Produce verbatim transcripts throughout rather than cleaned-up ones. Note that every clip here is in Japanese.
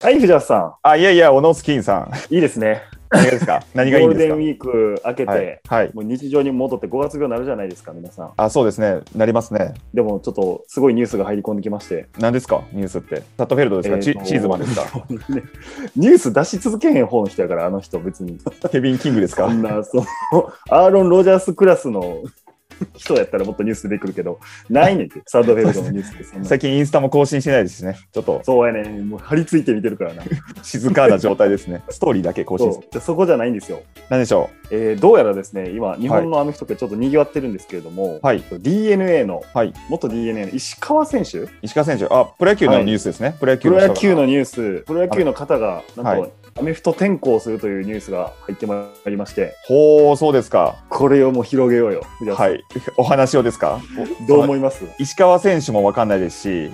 はい、藤原さん。 あ、いやいや、小野スキンさん。 いいですね。 何がですか何がいいんですか。 ゴールデンウィーク明けて、 はいはい、 もう日常に戻ってごがつ病になるじゃないですか、皆さん。 あ、そうですね。なりますね。 でも、ちょっとすごいニュースが入り込んできまして。 何ですかニュースって。サットフェルドですか、えー、チ, チーズマンですかね、ニュース出し続けへん方の人やから、あの人、別に。 ケビン・キングですか。 そんな、その、アーロン・ロジャースクラスの人やったらもっとニュース出てくるけど、ないねんって、サードフェルドのニュースってそんな。 最近インスタも更新してないですしね。ちょっと。 そうやねん。もう張り付いて見てるからな。 静かな状態ですね。ストーリーだけ更新する。 そ, そこじゃないんですよ。 何でしょう、えー、どうやらですね、今、日本のアメフト界ちょっと賑わってるんですけれども、 はい、 ディーエヌエー の、 はい、 元 ディーエヌエー の石川選手石川選手、あ、プロ野球のニュースですね。はい、プロ野球のプロ野球のニュース、プロ野球の方が、なんと、 はい、 アメフト転向するというニュースが入ってまいりまして。 ほう、そうですか。 これをもう広げようよ。 はい。お話をですか。 どう思います？ 石川選手も分かんないですし、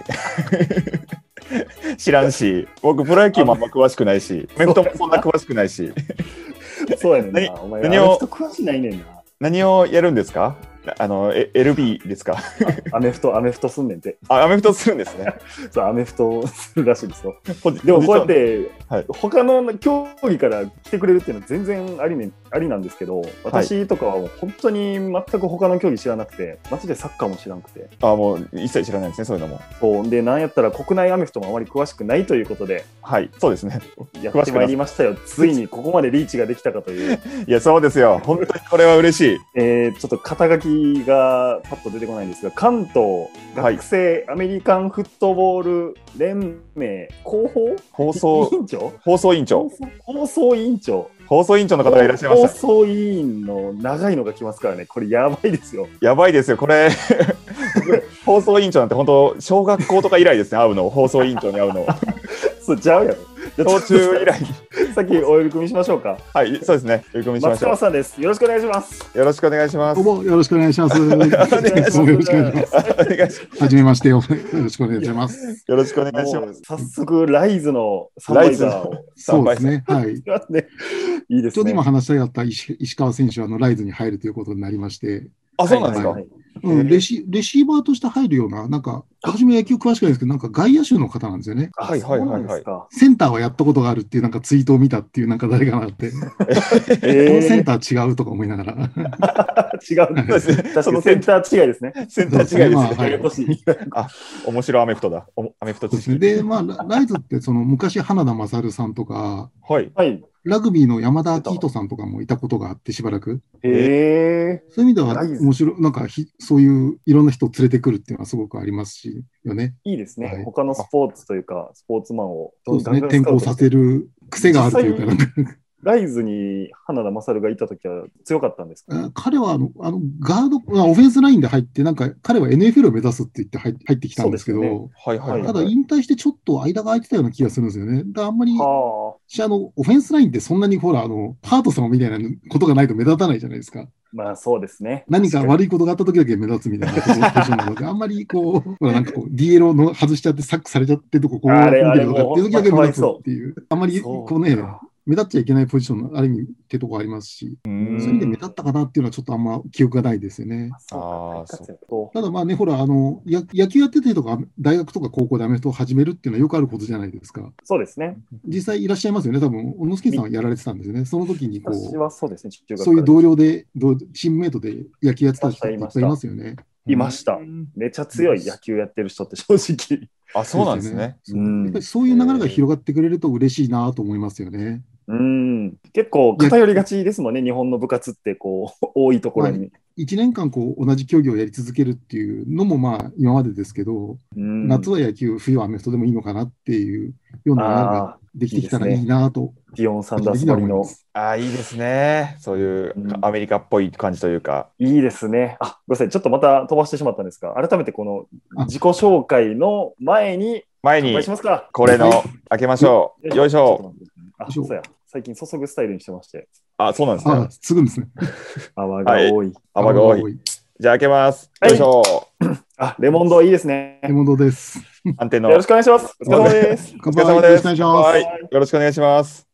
知らんし、僕、プロ野球もあんま詳しくないし、アメフトもそんな詳しくないし。 そうやねんな。お前、アメフト詳しないねんな。 何をやるんですか？あの、エルビー ですか？ アメフト、アメフトすんねんて。 あ、アメフトするんですね。 そう、アメフトするらしいですよ。でもこうやって、はい、他の競技から来てくれるっていうのは全然あり,、ね、ありなんですけど、私とかはもう本当に全く他の競技知らなくて、マジでサッカーも知らなくて。 あ、もう一切知らないですね、そういうのも。 そうで、なんやったら国内アメフトもあまり詳しくないということで、 はい、そうですね。 やってまいりましたよ。ついにここまでリーチができたかという。 いや、そうですよ。本当にこれは嬉しい。 えー、ちょっと肩書きがパッと出てこないんですが、関東学生アメリカンフットボール連盟広報放送委員長放送委員長放送委員長放送委員長の方がいらっしゃいました。 放送委員の長いのが来ますからね。これやばいですよ。 やばいですよこれ放送委員長なんて本当小学校とか以来ですね。会うの放送委員長に会うのそうちゃうやろ。 小中以来さっきお呼び込みしましょうか。 はい、そうですね。お呼び込みしましょう。 松川さんです。よろしくお願いします。 よろしくお願いします。 どうもよろしくお願いします。よろしくお願いします。はじめましてよろしくお願いします。 よろしくお願いします。 早速ライズのサバイザーを。 そうですね。はい。 いいですね。 ちょうど今話したかった石石川選手はあのライズに入るということになりまして。 あ、そうなんですか。はいはいはい、 うん、レシレシーバーとして入るような、なんか、私も野球詳しくないですけど、なんか外野手の方なんですよね。 はいはいはいはい。 センターはやったことがあるっていうなんかツイートを見たっていうなんか誰かがあって、えー、このセンター違うとか思いながら。 違うですね。そのセンター違いですね。 センター違いですね。まあはい、 あ、 面白いアメフトだ。アメフト知識。 で、まあ、ライズってその昔花田勝さんとか、 はい。 はいラグビーの山田明人さんとかもいたことがあって、しばらく。 へそういう意味では、面白い、なんかひ、そういういろんな人を連れてくるっていうのはすごくありますし、よね。 いいですね。はい、他のスポーツというか、スポーツマンを。 そうですね、転向させる癖があるというか、なんか。 ライズに花田勝がいたときは強かったんですか？ 彼はあのあのガード、オフェンスラインで入って、なんか彼は エヌエフエル を目指すって言って入ってきたんですけど、ねはいはいはい、ただ引退してちょっと間が空いてたような気がするんですよね。だあんまり、はあ、あのオフェンスラインってそんなにほら、あのハート様みたいなことがないと目立たないじゃないですか。 まあそうですね。 何か悪いことがあった時だけ目立つみたいなポジションなので、あんまりこう、ほらなんかこう、ディーエル を外しちゃってサックされちゃってとこ、こう見てるとかっていう時だけ目立つっていう、あんまりこうね、目立っちゃいけないポジションのある意味ってとこありますし、そういう意味で目立ったかなっていうのはちょっとあんま記憶がないですよね。 あただまあね、ほら、あの、野球やっててとか、大学とか高校でアメフトを始めるっていうのはよくあることじゃないですか。 そうですね。 実際いらっしゃいますよね。多分、小野助さんはやられてたんですよね。その時にこう、 私はそうですね、中学そういう同僚で、チームメイトで野球やってた人っていっぱいいますよね。 いました。めちゃ強い野球やってる人って正直。 あ、そうなんですね。 やっぱりそういう流れが広がってくれると嬉しいなと思いますよね。 うん結構偏りがちですもんね、日本の部活ってこう多いところに。まあ、 いちねんかんこう同じ競技をやり続けるっていうのもまあ今までですけど、夏は野球、冬はアメフトでもいいのかなっていうような流れができてきたらいいなと。 ディオン・サンダースばりの。 あ、いいですね。そういうアメリカっぽい感じというか。 うん、いいですね。あ、ごめんなさい。ちょっとまた飛ばしてしまったんですが、改めてこの自己紹介の前に、 前に、 しますかこれの、開けましょう。よいしょ。 あ、そうや。最近注ぐスタイルにしてまして。 あ、そうなんですね。 あ、継ぐんですね。 泡が多い。 泡が多い。じゃあ開けます。よいしょ。 あ、レモンドいいですね。 レモンドです。 安定の。 よろしくお願いします。お疲れ様です。 お疲れ様です。よろしくお願いします。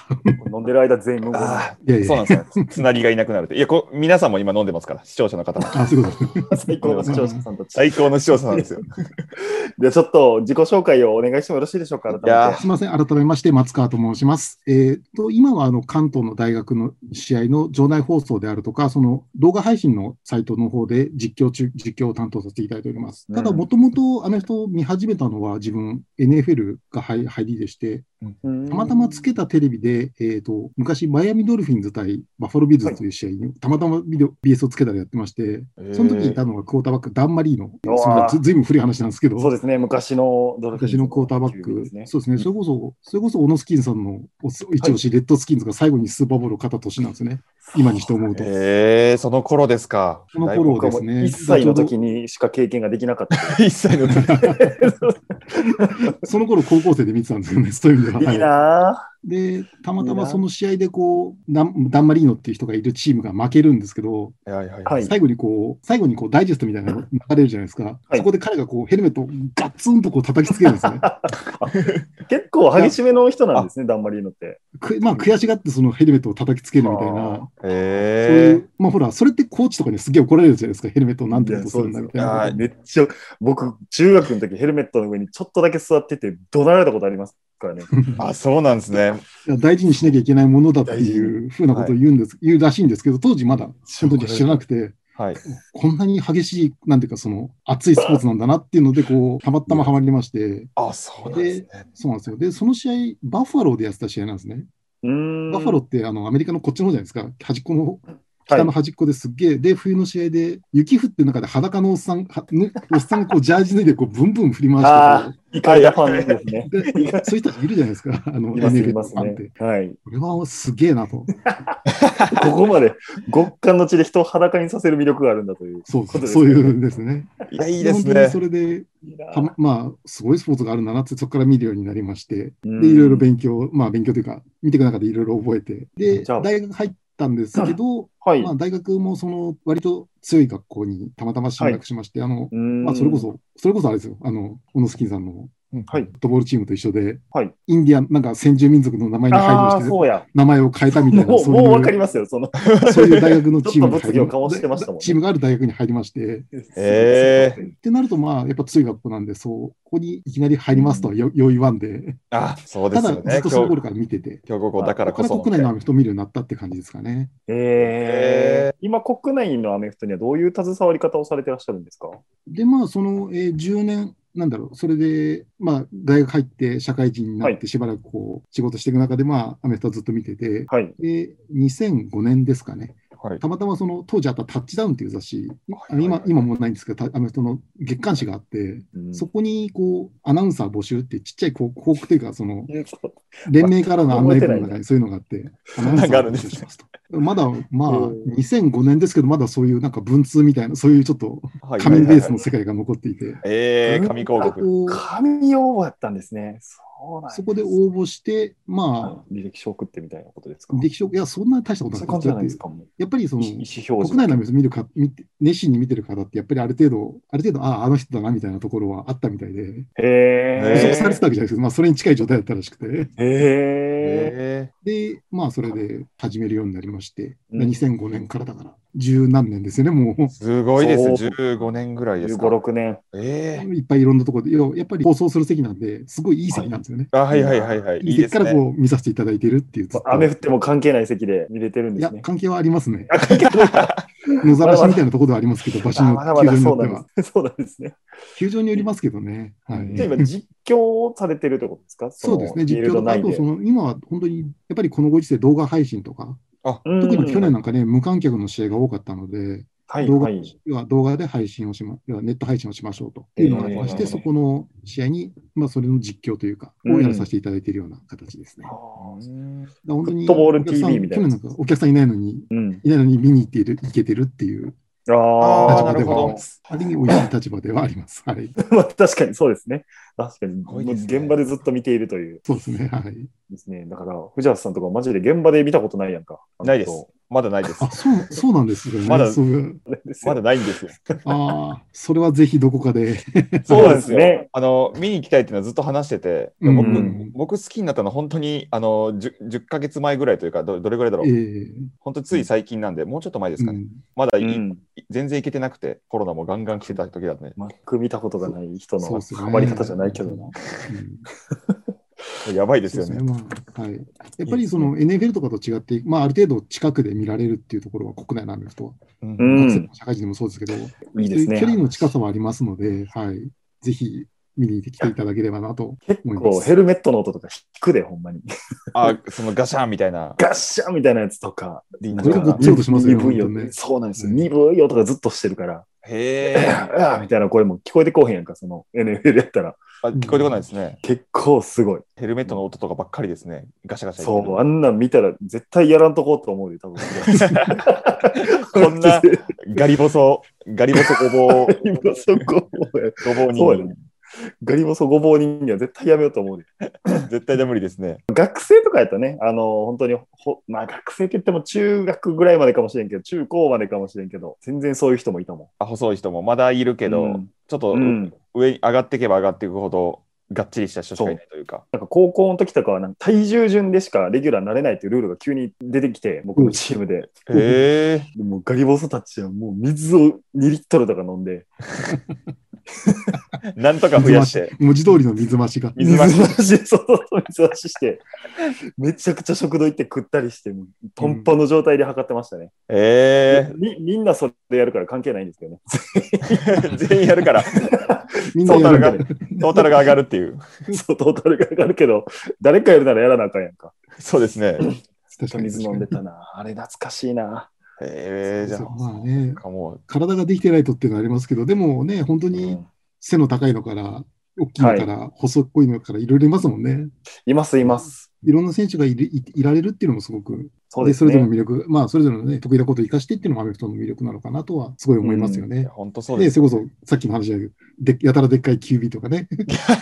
飲んでる間全員無言。 あいやいやそうなんですね。つなぎがいなくなるって。いやこ、皆さんも今飲んでますから、視聴者の方も。 あ、そういうこと最高の視聴者さんたち。 最高の視聴者さんですよ。 で、ちょっと自己紹介をお願いしてもよろしいでしょうか。改めてすみません、改めまして、松川と申します。えー、と今はあの関東の大学の試合の場内放送であるとか、その動画配信のサイトの方で実況中実況を担当させていただいております。ただ、もともとアメフトを見始めたのは、自分、エヌエフエル が入りでして、たまたまつけたテレビで、えー、と昔、マイアミドルフィンズ対バファロービルズという試合に、はい、たまたまビデオ ビーエス をつけたらやってまして、その時にいたのがクォーターバック、ダン・マリーノ。ず, ずいぶん古い話なんですけど、 そうですね、昔のドルフィンズのクォーターバック、ね、そうですね、それこそ、それこそオノスキンさんの一押し、はい、レッドスキンズが最後にスーパーボールを勝った年なんですね、今にして思うと。 へえー、その頃ですか。 その頃ですね。 いっさいの時にしか経験ができなかった。 いっさいの時その頃高校生で見てたんですよね、そういう意味では。 いいなぁ。 で、たまたまその試合でこうダン、ダンマリーノっていう人がいるチームが負けるんですけど、 はいはいはい、 最後にこう、最後にこうダイジェストみたいなの流れるじゃないですか。はい、そこで彼がこうヘルメットをガッツンとこう叩きつけるんですね。 結構激しめの人なんですね、ダンマリーノって。 まあ、悔しがってそのヘルメットを叩きつけるみたいな。 へそういう、まあほら、それってコーチとかにすげえ怒られるじゃないですか、ヘルメットをなんてことするんだみたいな。 めっちゃ、僕、中学の時ヘルメットの上にちょっとだけ座ってて、怒鳴られたことありますからね。 あ、そうなんですね。 いや大事にしなきゃいけないものだっていうふうなことを言うんです、はい、言うらしいんですけど、当時まだ本当に知らなくて、はい、こんなに激しい、なんていうか、その熱いスポーツなんだなっていうので、こうたまたまハマりまして、 あ、そうなんですね。 そうなんですよ。で、その試合、バファローでやってた試合なんですね。 うーんバファローってあのアメリカのこっちの方じゃないですか、端っこの。北の端っこですっげえ、で、冬の試合で、雪降ってる中で裸のおっさん、おっさんがこうジャージ脱いでこうブンブン振り回して、 あイカヤファンですね。 でそういう人たちいるじゃないですか、あの、 いますいますね。はい。 これはすげえなと。ここまで極寒の地で人を裸にさせる魅力があるんだということですね。そう、そういうんですね。 いや、いいですね。 本当にそれで、まあ、すごいスポーツがあるんだなって、そこから見るようになりまして、で、いろいろ勉強、まあ、勉強というか、見ていく中でいろいろ覚えて、で、大学入って、たんですけど、はい、まあ、大学もその割と強い学校にたまたま進学しまして、はい、あのまあ、それこそ、それこそあれですよ、あのオノスキンさんのフットボールチームと一緒で、はい、インディアン、なんか先住民族の名前に配慮して、名前を変えたみたいな、 もう、そういう、もう分かりますよ、そのそういう大学のチームに入り、ね、 チームがある大学に入りまして、 えー、 ってなると、まあ、やっぱ強い学校なんで、そう、ここにいきなり入りますとはよ、うん、よう言わんで、 あ、そうですよね、 ただ、ずっとその頃から見てて、 強豪校だからこそ、 国内のアメフトを見るようになったって感じですかね。 えー、今、国内のアメフトにはどういう携わり方をされてらっしゃるんですか？ で、まあ、その、えー、じゅうねん、なんだろう、それで、まあ、大学入って社会人になってしばらくこう、仕事していく中で、まあ、アメフトはずっと見てて、はい、で、にせんごねんですかね。はい、たまたまその当時あったタッチダウンという雑誌、はいはいはい、今, 今もうないんですけど、アメフトの月刊誌があって、うん、そこにこうアナウンサー募集ってちっちゃい広告というか、その連盟からの案内文の中にそういうのがあって、アナウンサー募集しますと。まだまあにせんごねんですけど、まだそういうなんか文通みたいな、そういうちょっと紙ベースの世界が残っていて。はいはいはい、 えー、紙広告。 紙用語やったんですね。そうなんです。 そこで応履して、まあ、 履歴書送ってみたいなことですか？ 履歴書、いや、そんな大したことないです。やっぱりその、 意思表示国内のアメフト見るか、熱心に見てる方って、やっぱりある程度、ある程度、ああ、あの人だなみたいなところはあったみたいで、 へ補足されてたわけじゃないですけど、まあ、それに近い状態だったらしくて、 へで、まあ、それで始めるようになりまして、うん、にせんごねんからだから、十何年ですよね、もう。 すごいです、じゅうごねんぐらいですか。 じゅうご、ろくねん。 えー、 いっぱいいろんなところで、やっぱり放送する席なんで、すごいいい席なんですよね。 はい、あ、はいはいはいはい。 いい席からこう見させていただいているっていう。 雨降っても関係ない席で見れてるんですね。 いや、関係はありますね。野ざらしみたいなところではありますけど、場所によっては。 そうなんですね。 球場によりますけどね。 はい、じゃあ今、実況されてるってことですか？ そうですね、実況とか、あとその今は本当に、やっぱりこのご時世、動画配信とか、あ特に去年なんかね、無観客の試合が多かったので、はい動画はい、動画で配信をしま、ネット配信をしましょうというのがありまして、えー、そこの試合に、まあ、それの実況というか、をやらさせていただいているような形ですね。うん、本当にフットボール ティービー みたいな。 去年なんかお客さんいないのに、うん、いないのに見に行っている、行けてるっていう。 ああ、なるほど。 ある意味、美味しい立場ではあります。はい、 まあ確かにそうですね。確かに、ね、現場でずっと見ているという。 そうですね。はい。 ですね。だから、藤原さんとかマジで現場で見たことないやんか。 ないです。 まだないです。 あ、そう、そうなんですよね。 まだ、 そうまだないんですよ。 ああ、それはぜひどこかで。 そうですね。あの、見に行きたいっていうのはずっと話してて、 うん僕、僕好きになったのは本当に、あの、じゅっかげつまえぐらいというか、ど、どれぐらいだろう。えー、本当につい最近なんで、もうちょっと前ですかね。うん、まだい、うん、全然行けてなくて、コロナもガンガン来てた時だったね。 全く見たことがない人のハマり方じゃないけどな。 やばいですよね。 ね、まあはい、やっぱりその エヌエフエル とかと違って、まあ、ある程度近くで見られるっていうところは国内のアメフトは、うん、学生も社会人でもそうですけど、いいですね、距離の近さはありますので、はい、ぜひ見に来ていただければなと思います。 結構ヘルメットの音とか引くで、ほんまに。 あ、そのガシャンみたいな。 ガシャンみたいなやつとか。 これがごっつい音しますよね。 そうなんですよ。鈍い音がずっとしてるから。 へー。みたいな声も聞こえてこうへんやんか、その エヌエフエル やったら。 あ、聞こえてこないですね。 結構すごい。 ヘルメットの音とかばっかりですね。ガシャガシャ。 そう、あんなん見たら絶対やらんとこうと思うよ、多分。 こんなガリボソ、ガリボソごぼう。 ガリボソごぼう。 ごぼうに。 ガリボソごぼう人間は絶対やめようと思うで。 絶対で無理ですね。 学生とかやったらね、あの、本当にほ、まあ学生って言っても中学ぐらいまでかもしれんけど、中高までかもしれんけど、全然そういう人もいたもん。 あ、細い人もまだいるけど、うん、ちょっと、うん、上に上がっていけば上がっていくほど、がっちりした人しかいないというか。 なんか高校の時とかはなんか体重順でしかレギュラーになれないっていうルールが急に出てきて、僕のチームで。 うん、へー。もうガリボソたちはもう水をにリットルとか飲んで。 なんとか増やして。 文字通りの水増しが。 水増し、そう、水増しして、めちゃくちゃ食堂行って食ったりして、パンパンの状態で測ってましたね。 えー、 みみんなそれやるから関係ないんですけどね。 全員やるから。 みんなやるから。 トータルが上がるっていう。 そう、トータルが上がるけど、誰かやるならやらなあかんやんか。 そうですね。 水飲んでたな。あれ懐かしいな。 えー、じゃあ、 まあね、体ができてないとっていうのはありますけど、でもね、本当に背の高いのから、大きいのから、はい、細っこいのからいろいろいますもんね。 います、います。 いろんな選手がいる い, いられるっていうのもすごく、 そうですね、 でそれぞれの魅力、まあ、それぞれの、ね、得意なことを生かしてっていうのもアメフトの魅力なのかなとは、すごい思いますよね。 本当そうです、 ね。それこそ、さっきの話で、でやたらでっかい キュービー とかね。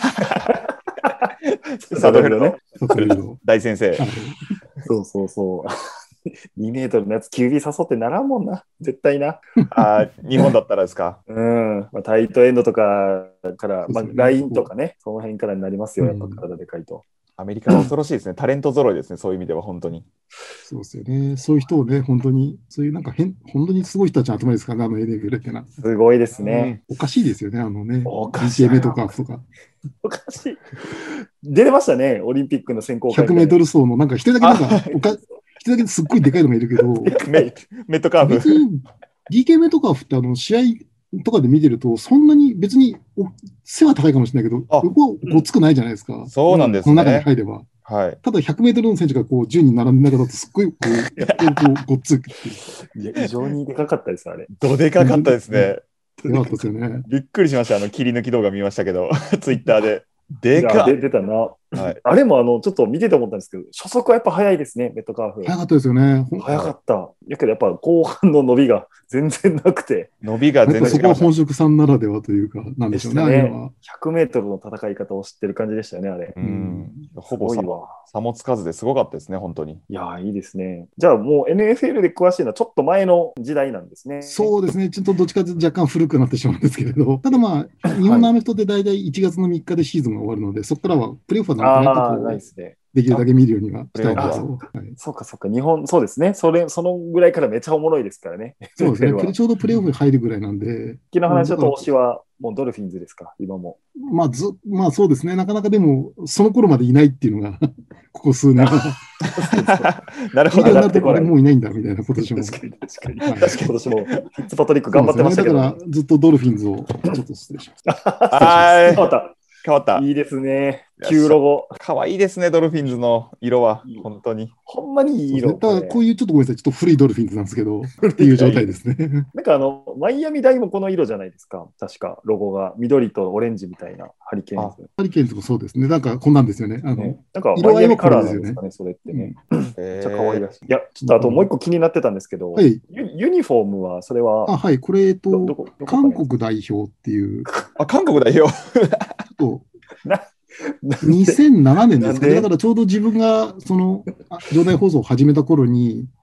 サドルのね、 サドルの大先生。 そうそうそう。にメートルのやつ、キュービー誘ってならんもんな。絶対な。 あ日本だったらですか。 うん。まあ、タイトエンドとかから、まあ、ラインとかね、その辺からになりますよ。やっぱ体でかいと。 アメリカは恐ろしいですね。タレント揃いですね。そういう意味では本当に。 そうですよね。そういう人をね、本当に、そういうなんか変、本当にすごい人たちの集まりですからね、あの エヌエフエル ってのは。 すごいですね。 おかしいですよね、あのね。 おかしい。ビーケーエム とかとか。 おかしい。出れましたね、オリンピックの選考会。 ひゃくメートル走の、なんか一人だけなんか、おか一人だけすっごいでかいのがいるけど、 メ, メットカーブ。 別に ディーケーエム とかってあの試合とかで見てると、そんなに別に背は高いかもしれないけど、横はごっつくないじゃないですか。 そうなんですね。 この中に入れば。 はい、 ただひゃくメートルの選手がこうじゅうにん並んでる中だとすっごいこう、こうごっつい。 いや、異常にでかかったです、あれ。 どでかかったですね。 でかかったですよね。 びっくりしました。あの切り抜き動画見ましたけど、ツイッターで。でかっで出たな、はい。あれもあのちょっと見てて思ったんですけど、初速はやっぱ速いですね、メットカーフ。 速かったですよね。 速かった。だけどやっぱ後半の伸びが全然なくて。 伸びが全然なくて。 そこは本職さんならではというか、なんでしょうね。 ねひゃくメートルの戦い方を知ってる感じでしたよね、あれ。 うん。ほぼ差も、差もつかずですごかったですね、本当に。 いやー、いいですね。じゃあもう エヌエフエル で詳しいのはちょっと前の時代なんですね。 そうですね。ちょっとどっちかというと若干古くなってしまうんですけれど、ただまあ、日本のアメフトって大体いちがつのみっかでシーズンが終わるので、そこからはプレーオフはなんとなくできるだけ見るようにはしたいなと。 はい、そうかそうか、日本、そうですね。それ、そのぐらいからめっちゃおもろいですからね。 そうですね。ちょうどプレーオフに入るぐらいなんで。 昨日の話だと推しはもうドルフィンズですか、今も。 まあ、ず、まあそうですね。なかなかでも、その頃までいないっていうのが、ここ数年は。 なるほど。 なってこれもういないんだみたいな今年も。 確かに確かに。はい、今年もフィッツパトリック頑張ってましたけど、ね。 だからずっとドルフィンズをちょっと失礼しました。 はい。 変わった。 変わった。 いいですね。旧ロゴ。 かわいいですね、ドルフィンズの色は。本当に。 ほんまにいい色。 ただこういうちょっとごめんなさい、ちょっと古いドルフィンズなんですけど、っていう状態ですね。 なんかあの、マイアミ大もこの色じゃないですか。確か、ロゴが。緑とオレンジみたいなハリケーンズ。 ハリケーンズもそうですね。なんかこんなんですよね。あの、 ね、なんかマイアミカラーなんですかね、それってね。めっちゃ可愛いらしい。いや、ちょっとあともう一個気になってたんですけど、 はい、 ユ, ユニフォームは、それは。 あ、はい、これ、えっと、韓国代表っていう。 あ、韓国代表とにせんななねんですかね。だからちょうど自分がその場内放送を始めた頃に、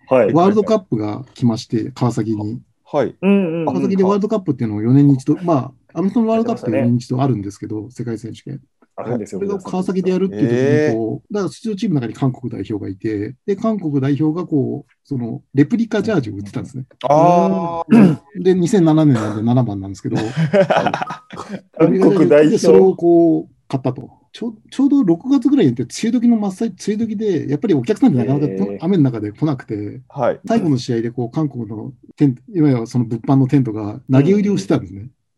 はい、 ワールドカップが来まして、川崎に。 はい。 川崎でワールドカップっていうのをよねんに一度、まあ、アメフトのワールドカップってよねんに一度あるんですけど、世界選手権。 あるんですよ。 それが川崎でやるっていう時に、こう、だから出場チームの中に韓国代表がいて、で、韓国代表がこう、その、レプリカジャージを売ってたんですね。 ああ。 で、にせんななねんなんでななばんなんですけど、 韓国代表。 それをこう、買ったと。ちょちょうどろくがつぐらいにって、梅雨時の真っ最中、梅雨時で、やっぱりお客さんってなかなか、えー、雨の中で来なくて、 はい、 最後の試合でこう韓国のテント、いわゆるその物販のテントが投げ売りをしてたんですね。 うん、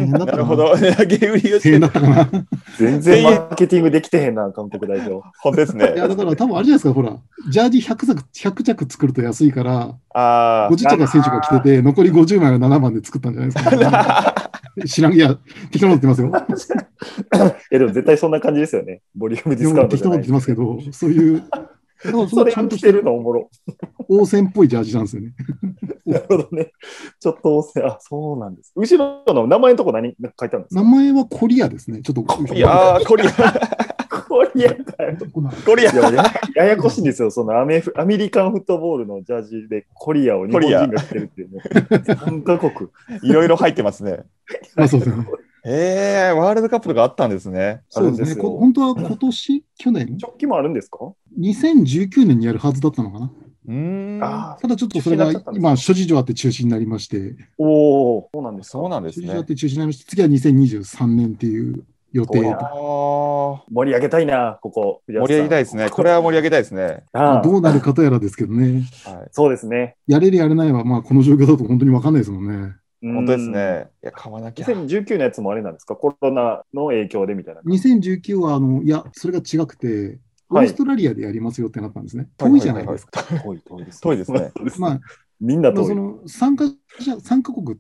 なるほど、投げ売りをしてだったかな。 全然マーケティングできてへんな、韓国代表。 本当ですね。 いや、だから多分あれじゃないですか、ほら、ジャージひゃく着作ると安いから、 あごじゅっ着選手が着てて、残りごじゅうまいはななばんで作ったんじゃないですか。知らん、いや、適当なこと言ってますよ。 いや、でも絶対そんな感じですよね。ボリュームディスカウントじゃない。 適当なこと言ってますけど、そういう。 それちゃんとしてるのおもろ。 王戦っぽいジャージなんですよね。 なるほどね。ちょっと王戦、あ、そうなんです。後ろの名前のとこ何書いてあるんですか？ 名前はコリアですね。ちょっと。 いやー、コリア。 コリアかよ。コリアや。ややこしいんですよ。そのアメフアメリカンフットボールのジャージでコリアを日本人が着てるっていうね。さんカ国。 いろいろ入ってますね。 あ、そうですね。 えー、ワールドカップとかあったんですね。 そうですね。本当は今年、去年直近もあるんですか？ にせんじゅうきゅうねんにやるはずだったのかな。 うーん。 ただちょっとそれが今、諸事情あって中止になりまして。 おお、そうなんです。 そうなんですね。 諸事情あって中止になりまして、次はにせんにじゅうさんねんっていう予定と。盛り上げたいな、ここ。 盛り上げたいですね。これは盛り上げたいですね。 ああどうなるかとやらですけどね。 はい、そうですね。 やれるやれないは、まあこの状況だと本当に分かんないですもんね。 本当ですね。いや、買わなきゃ。 にせんじゅうきゅうのやつもあれなんですか？コロナの影響でみたいな。 にせんじゅうきゅうは、あの、いや、それが違くて、オーストラリアでやりますよってなったんですね。遠いじゃないですか。 遠い、遠いです。 遠いですね。 まあ、 みんな遠い。 その参加参加国って、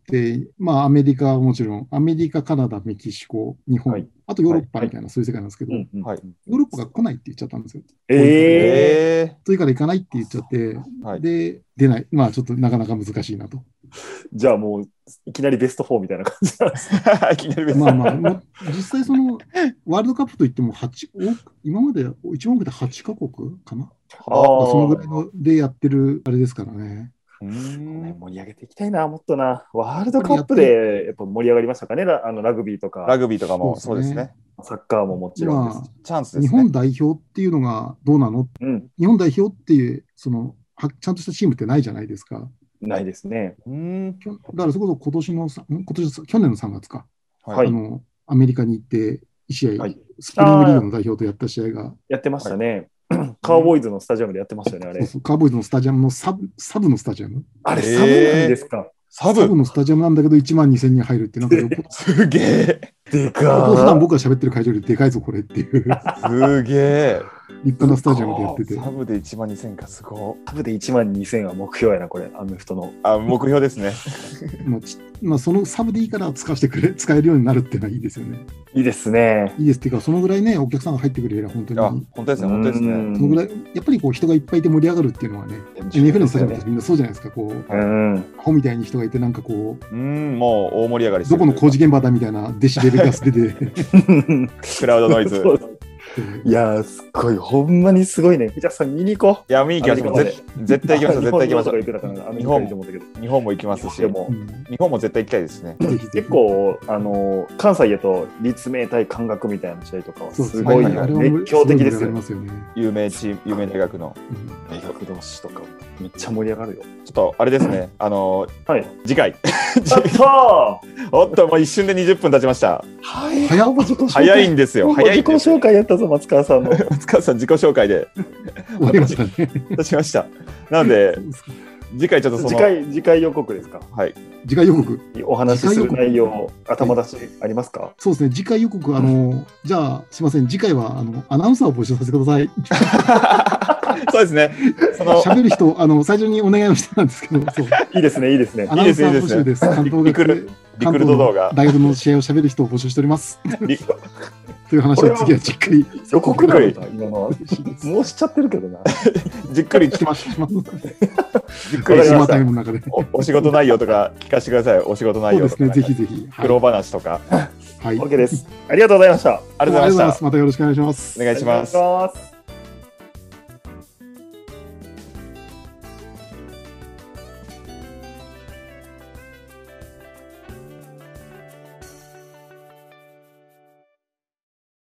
まあ、アメリカはもちろん、アメリカ、カナダ、メキシコ、日本、はい、あとヨーロッパみたいな、はい、そういう世界なんですけど、はいはい、ヨーロッパが来ないって言っちゃったんですよ。 えー。それから行かないって言っちゃって、はい、で、出ない。まあ、ちょっとなかなか難しいなと。 じゃあもう、いきなりベストフォーみたいな感じなんですいきなりベストまあまあ、まあ、実際その、ワールドカップといってもはち、今まで一番多くてはちカ国かな。あそのぐらいのでやってるあれですからね。 うん盛り上げていきたいな、もっとな。ワールドカップでやっぱ盛り上がりましたかね、ラあのラグビーとか。 ラグビーとかもそうですね。 サッカーももちろんです。 まあ、 チャンスですね。 日本代表っていうのがどうなの、うん、日本代表っていう、その、ちゃんとしたチームってないじゃないですか。 ないですね。 うんだからそこそ今年の、今年去年のさんがつか、 はい、 あのアメリカに行っていち試合、はい、スプリングリーグの代表とやった試合が。やってましたね。はいカーボーイズのスタジアムでやってましたよね、あれ。 そうそうカーボーイズのスタジアムのサブ、サブのスタジアム。 あれ、サブなんですか？ サブ、サブのスタジアムなんだけどいちまんにせんにん入るってなんかよすげえ。 でかー。 普段僕が喋ってる会場よりでかいぞ、これっていう。 すげえ。 立派なスタジアムでやってて。 サブでいちまんにせんか、すごい。 サブでいちまんにせんは目標やな、これ、アメフトの。 あ、目標ですね。 まあ、まあ、そのサブでいいから使わせてくれ、使えるようになるっていうのはいいですよね。 いいですね。 いいですっていうか、そのぐらいね、お客さんが入ってくれれば本当に。 あ、本当ですね、本当ですね。 そのぐらい、やっぱりこう人がいっぱいいて盛り上がるっていうのはね、エヌエフエル のスタジアムってみんなそうじゃないですか、こう、うん、アホみたいに人がいて、なんかこう、 うん、もう大盛り上がりしてどこの工事現場だみたいなデシベルが出て、 クラウドノイズ。 いやー、すっごい、ほんまにすごいね。じゃあさん、見に行こう。いや、見に行きましょう。絶対行きましょう。絶対行きましょう。日本も、 日本も行きますし、も日本も絶対行きたいですね。 結構、あの、関西へと立命対関学みたいな試合とかはすごい熱狂的ですよ。 有名チーム、有名大学の大学同士とか、めっちゃ盛り上がるよ。 ちょっと、あれですね、あの、次回。 おっと、もう一瞬でにじゅっぷん経ちました。 早いんですよ。 早い。自己紹介やったぞ、松川さんの。 松川さん、自己紹介で。 終わりましたね。 経ちました。なので、次回ちょっとその。 次回、次回予告ですか。 はい。 次回予告。 お話しする内容、頭出しありますか？ そうですね、次回予告、あの、じゃあ、すみません、次回は、あの、アナウンサーを募集させてください。 そうですね。 喋る人、あの、最初にお願いをしてたんですけど、そう。 いいですね、いいですね。 アナウンサー募集です。関東学リクルト動画。 大学の試合を喋る人を募集しております。という話を次はじっくり。 予告なんだ、今のは。もうしちゃってるけどな。 じっくり聞きましょう。 じっくりしまタイムの中で。 お仕事内容とか聞かせてください。お仕事内容とか。 そうですね、ぜひぜひ。 苦労話とか。 はい。 OK です。ありがとうございました。 ありがとうございました。 またよろしくお願いします。 お願いします。